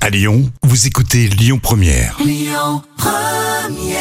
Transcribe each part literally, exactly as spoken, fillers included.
À Lyon, vous écoutez Lyon Première. Lyon Première.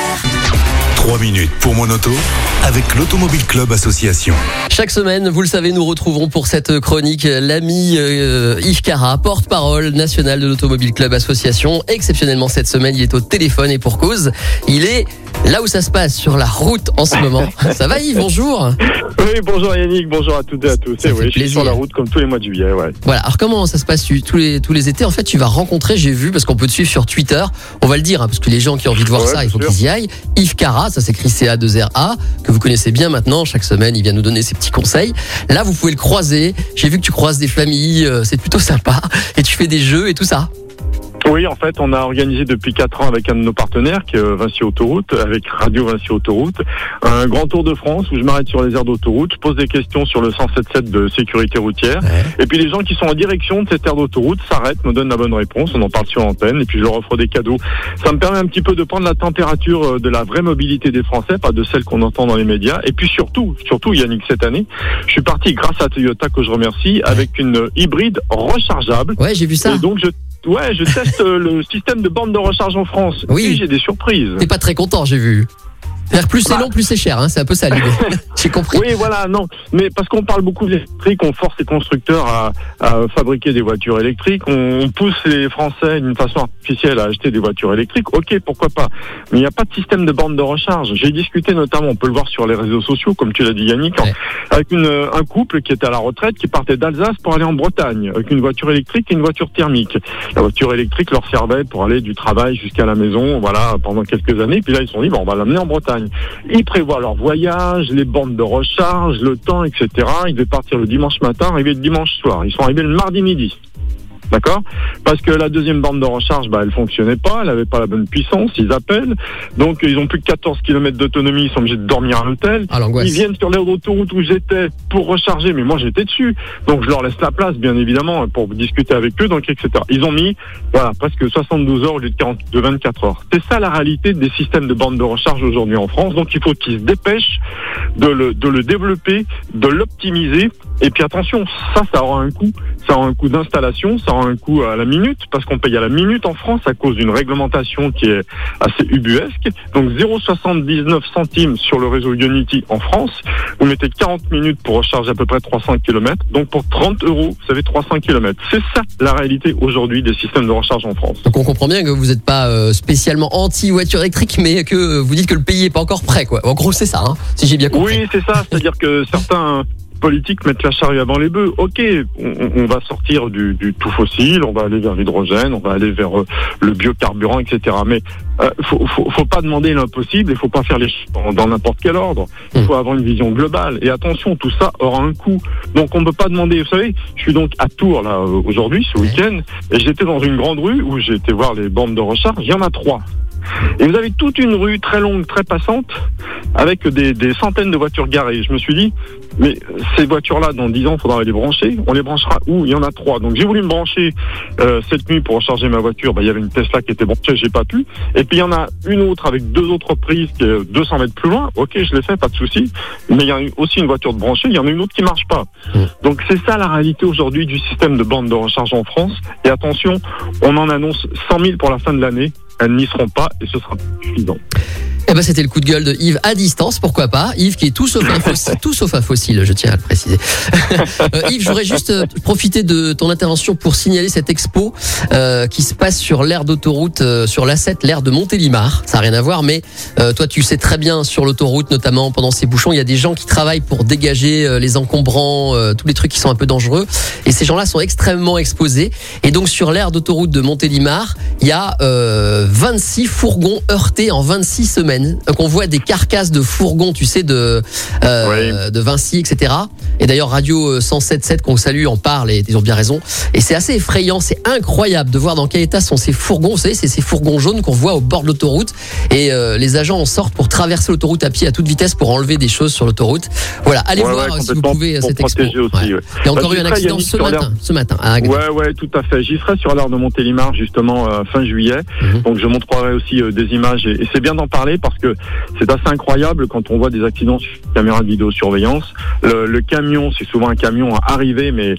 trois minutes pour mon auto avec l'Automobile Club Association. Chaque semaine, vous le savez, nous retrouvons pour cette chronique l'ami euh, Yves Cara, porte-parole national de l'Automobile Club Association. Exceptionnellement, cette semaine, il est au téléphone et pour cause. Il est là où ça se passe, sur la route en ce moment. Ça va Yves, bonjour. Oui, bonjour Yannick, bonjour à toutes et à tous. Ça et fait oui, je suis plaisir. sur la route comme tous les mois de juillet, ouais. Voilà, alors comment ça se passe tu- tous les, tous les étés? En fait, tu vas rencontrer, j'ai vu, parce qu'on peut te suivre sur Twitter, on va le dire, hein, parce que les gens qui ont envie de voir Ouais, ça, il faut bien qu'ils y aillent. Yves Cara, ça s'écrit C A deux R A, que vous connaissez bien maintenant, chaque semaine, il vient nous donner ses petits conseils. Là, vous pouvez le croiser, j'ai vu que tu croises des familles, euh, c'est plutôt sympa, et tu fais des jeux et tout ça. Oui, en fait, on a organisé depuis quatre ans avec un de nos partenaires, qui est Vinci Autoroute, avec Radio Vinci Autoroute, un grand tour de France où je m'arrête sur les aires d'autoroute, je pose des questions sur le cent soixante-dix-sept de sécurité routière, Ouais. et puis les gens qui sont en direction de cette aire d'autoroute s'arrêtent, me donnent la bonne réponse, on en parle sur l'antenne, et puis je leur offre des cadeaux. Ça me permet un petit peu de prendre la température de la vraie mobilité des Français, pas de celle qu'on entend dans les médias, et puis surtout, surtout Yannick, cette année, je suis parti grâce à Toyota, que je remercie, avec une hybride rechargeable. Ouais, j'ai vu ça. Et donc je Ouais, je teste euh, le système de borne de recharge en France. Oui. Et j'ai des surprises. T'es pas très content, j'ai vu. C'est-à-dire, plus c'est Bah. long, plus c'est cher, hein, c'est un peu ça l'idée. J'ai compris. Oui, voilà, non. Mais parce qu'on parle beaucoup d'électrique, on force les constructeurs à, à fabriquer des voitures électriques, on, on pousse les Français d'une façon artificielle à acheter des voitures électriques. Ok, pourquoi pas. Mais il n'y a pas de système de borne de recharge. J'ai discuté notamment, on peut le voir sur les réseaux sociaux, comme tu l'as dit Yannick, Ouais. avec une, un couple qui était à la retraite, qui partait d'Alsace pour aller en Bretagne, avec une voiture électrique et une voiture thermique. La voiture électrique leur servait pour aller du travail jusqu'à la maison, voilà, pendant quelques années. Puis là, ils se sont dit, bon, on va l'amener en Bretagne. Ils prévoient leur voyage, les bornes de recharge, le temps, et cetera. Ils devaient partir le dimanche matin, arriver le dimanche soir. Ils sont arrivés le mardi midi. D'accord? Parce que la deuxième borne de recharge, bah, elle fonctionnait pas, elle avait pas la bonne puissance, ils appellent. Donc, ils ont plus que quatorze kilomètres d'autonomie, ils sont obligés de dormir à l'hôtel. Ah, l'angoisse. Ils viennent sur l'autoroute où j'étais pour recharger, mais moi j'étais dessus. Donc, je leur laisse la place, bien évidemment, pour discuter avec eux, donc, et cetera. Ils ont mis, voilà, presque soixante-douze heures au lieu de quarante, de vingt-quatre heures. C'est ça la réalité des systèmes de bornes de recharge aujourd'hui en France. Donc, il faut qu'ils se dépêchent de le, de le développer, de l'optimiser. Et puis attention, ça, ça aura un coût. Ça aura un coût d'installation, ça aura un coût à la minute, parce qu'on paye à la minute en France à cause d'une réglementation qui est assez ubuesque. Donc zéro virgule soixante-dix-neuf centimes sur le réseau Ionity en France. Vous mettez quarante minutes pour recharger à peu près trois cents kilomètres. Donc pour trente euros, vous avez trois cents kilomètres. C'est ça la réalité aujourd'hui des systèmes de recharge en France. Donc on comprend bien que vous n'êtes pas euh, spécialement anti-voiture électrique, mais que vous dites que le pays est pas encore prêt, quoi. En gros, c'est ça, hein, si j'ai bien compris. Oui, c'est ça. C'est-à-dire que certains politiques mettent la charrue avant les bœufs. Ok, on, on va sortir du, du tout fossile, on va aller vers l'hydrogène, on va aller vers euh, le biocarburant, et cetera. Mais euh, faut, faut, faut pas demander l'impossible, il faut pas faire les choses dans, dans n'importe quel ordre. Il faut avoir une vision globale. Et attention, tout ça aura un coût. Donc on ne peut pas demander. Vous savez, je suis donc à Tours là aujourd'hui, ce week-end, et j'étais dans une grande rue où j'ai été voir les bornes de recharge. Il y en a trois. Et vous avez toute une rue très longue, très passante, avec des, des centaines de voitures garées. Je me suis dit, mais ces voitures-là, dans dix ans, il faudra les brancher. On les branchera où? Il y en a trois. Donc j'ai voulu me brancher euh, cette nuit pour recharger ma voiture. Bah, il y avait une Tesla qui était branchée, j'ai pas pu. Et puis il y en a une autre avec deux autres prises qui est deux cents mètres plus loin. Ok, je l'ai fait, pas de souci. Mais il y a aussi une voiture de branchée, il y en a une autre qui marche pas. Donc c'est ça la réalité aujourd'hui du système de bornes de recharge en France. Et attention, on en annonce cent mille pour la fin de l'année. Elles n'y seront pas et ce sera suffisant. Eh ben, c'était le coup de gueule de Yves à distance, pourquoi pas. Yves qui est tout sauf un fossile, tout sauf un fossile, je tiens à le préciser. euh, Yves, j'aurais juste euh, profité de ton intervention pour signaler cette expo euh, qui se passe sur l'aire d'autoroute, euh, sur l'A sept, l'aire de Montélimar. Ça n'a rien à voir, mais euh, toi, tu sais très bien sur l'autoroute, notamment pendant ces bouchons, il y a des gens qui travaillent pour dégager euh, les encombrants, euh, tous les trucs qui sont un peu dangereux. Et ces gens-là sont extrêmement exposés. Et donc, sur l'aire d'autoroute de Montélimar, il y a euh, vingt-six fourgons heurtés en vingt-six semaines. Donc on voit des carcasses de fourgons, tu sais, de euh, oui. de Vinci, et cetera. Et d'ailleurs Radio cent sept sept qu'on salue en parle et ils ont bien raison. Et c'est assez effrayant, c'est incroyable de voir dans quel état sont ces fourgons. Vous savez, c'est ces fourgons jaunes qu'on voit au bord de l'autoroute. Et euh, les agents en sortent pour traverser l'autoroute à pied à toute vitesse pour enlever des choses sur l'autoroute. Voilà, allez ouais, voir ouais, si vous pouvez à cette expo. Aussi, ouais. ouais. Il y a encore bah, eu un accident ce matin, ce matin. À ouais, ouais, tout à fait. J'y serai sur l'aire de Montélimar justement euh, fin juillet. Mm-hmm. Donc je montrerai aussi euh, des images et, et c'est bien d'en parler parce que c'est assez incroyable quand on voit des accidents sur caméra de vidéosurveillance. Le, le camion, c'est souvent un camion à arriver, mais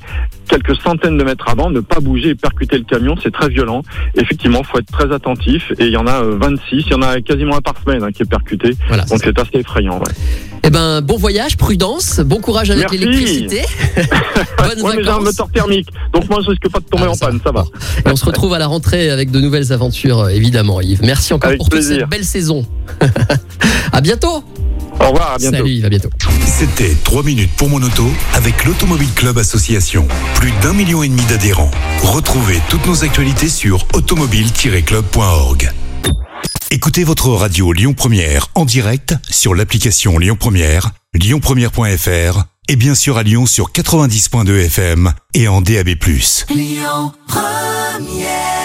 quelques centaines de mètres avant, ne pas bouger et percuter le camion, c'est très violent. Effectivement, faut être très attentif. Et il y en a vingt-six, il y en a quasiment un par semaine hein, qui est percuté. Voilà, donc c'est, c'est assez effrayant. Ouais. Eh ben, bon voyage, prudence, bon courage avec Merci. l'électricité. Bonnes ouais, mais j'ai un moteur thermique, donc moi je risque pas de tomber ah, en panne, ça va. Et on se retrouve à la rentrée avec de nouvelles aventures, évidemment, Yves. Merci encore avec pour plaisir. toute cette belle saison. À bientôt. Au revoir, à bientôt. Salut Yves, à bientôt. C'était trois minutes pour mon auto avec l'Automobile Club Association. Plus d'un million et demi d'adhérents. Retrouvez toutes nos actualités sur automobile tiret club point org. Écoutez votre radio Lyon Première en direct sur l'application Lyon Première, lyon première point f r et bien sûr à Lyon sur quatre-vingt-dix point deux F M et en D A B plus. Lyon Première.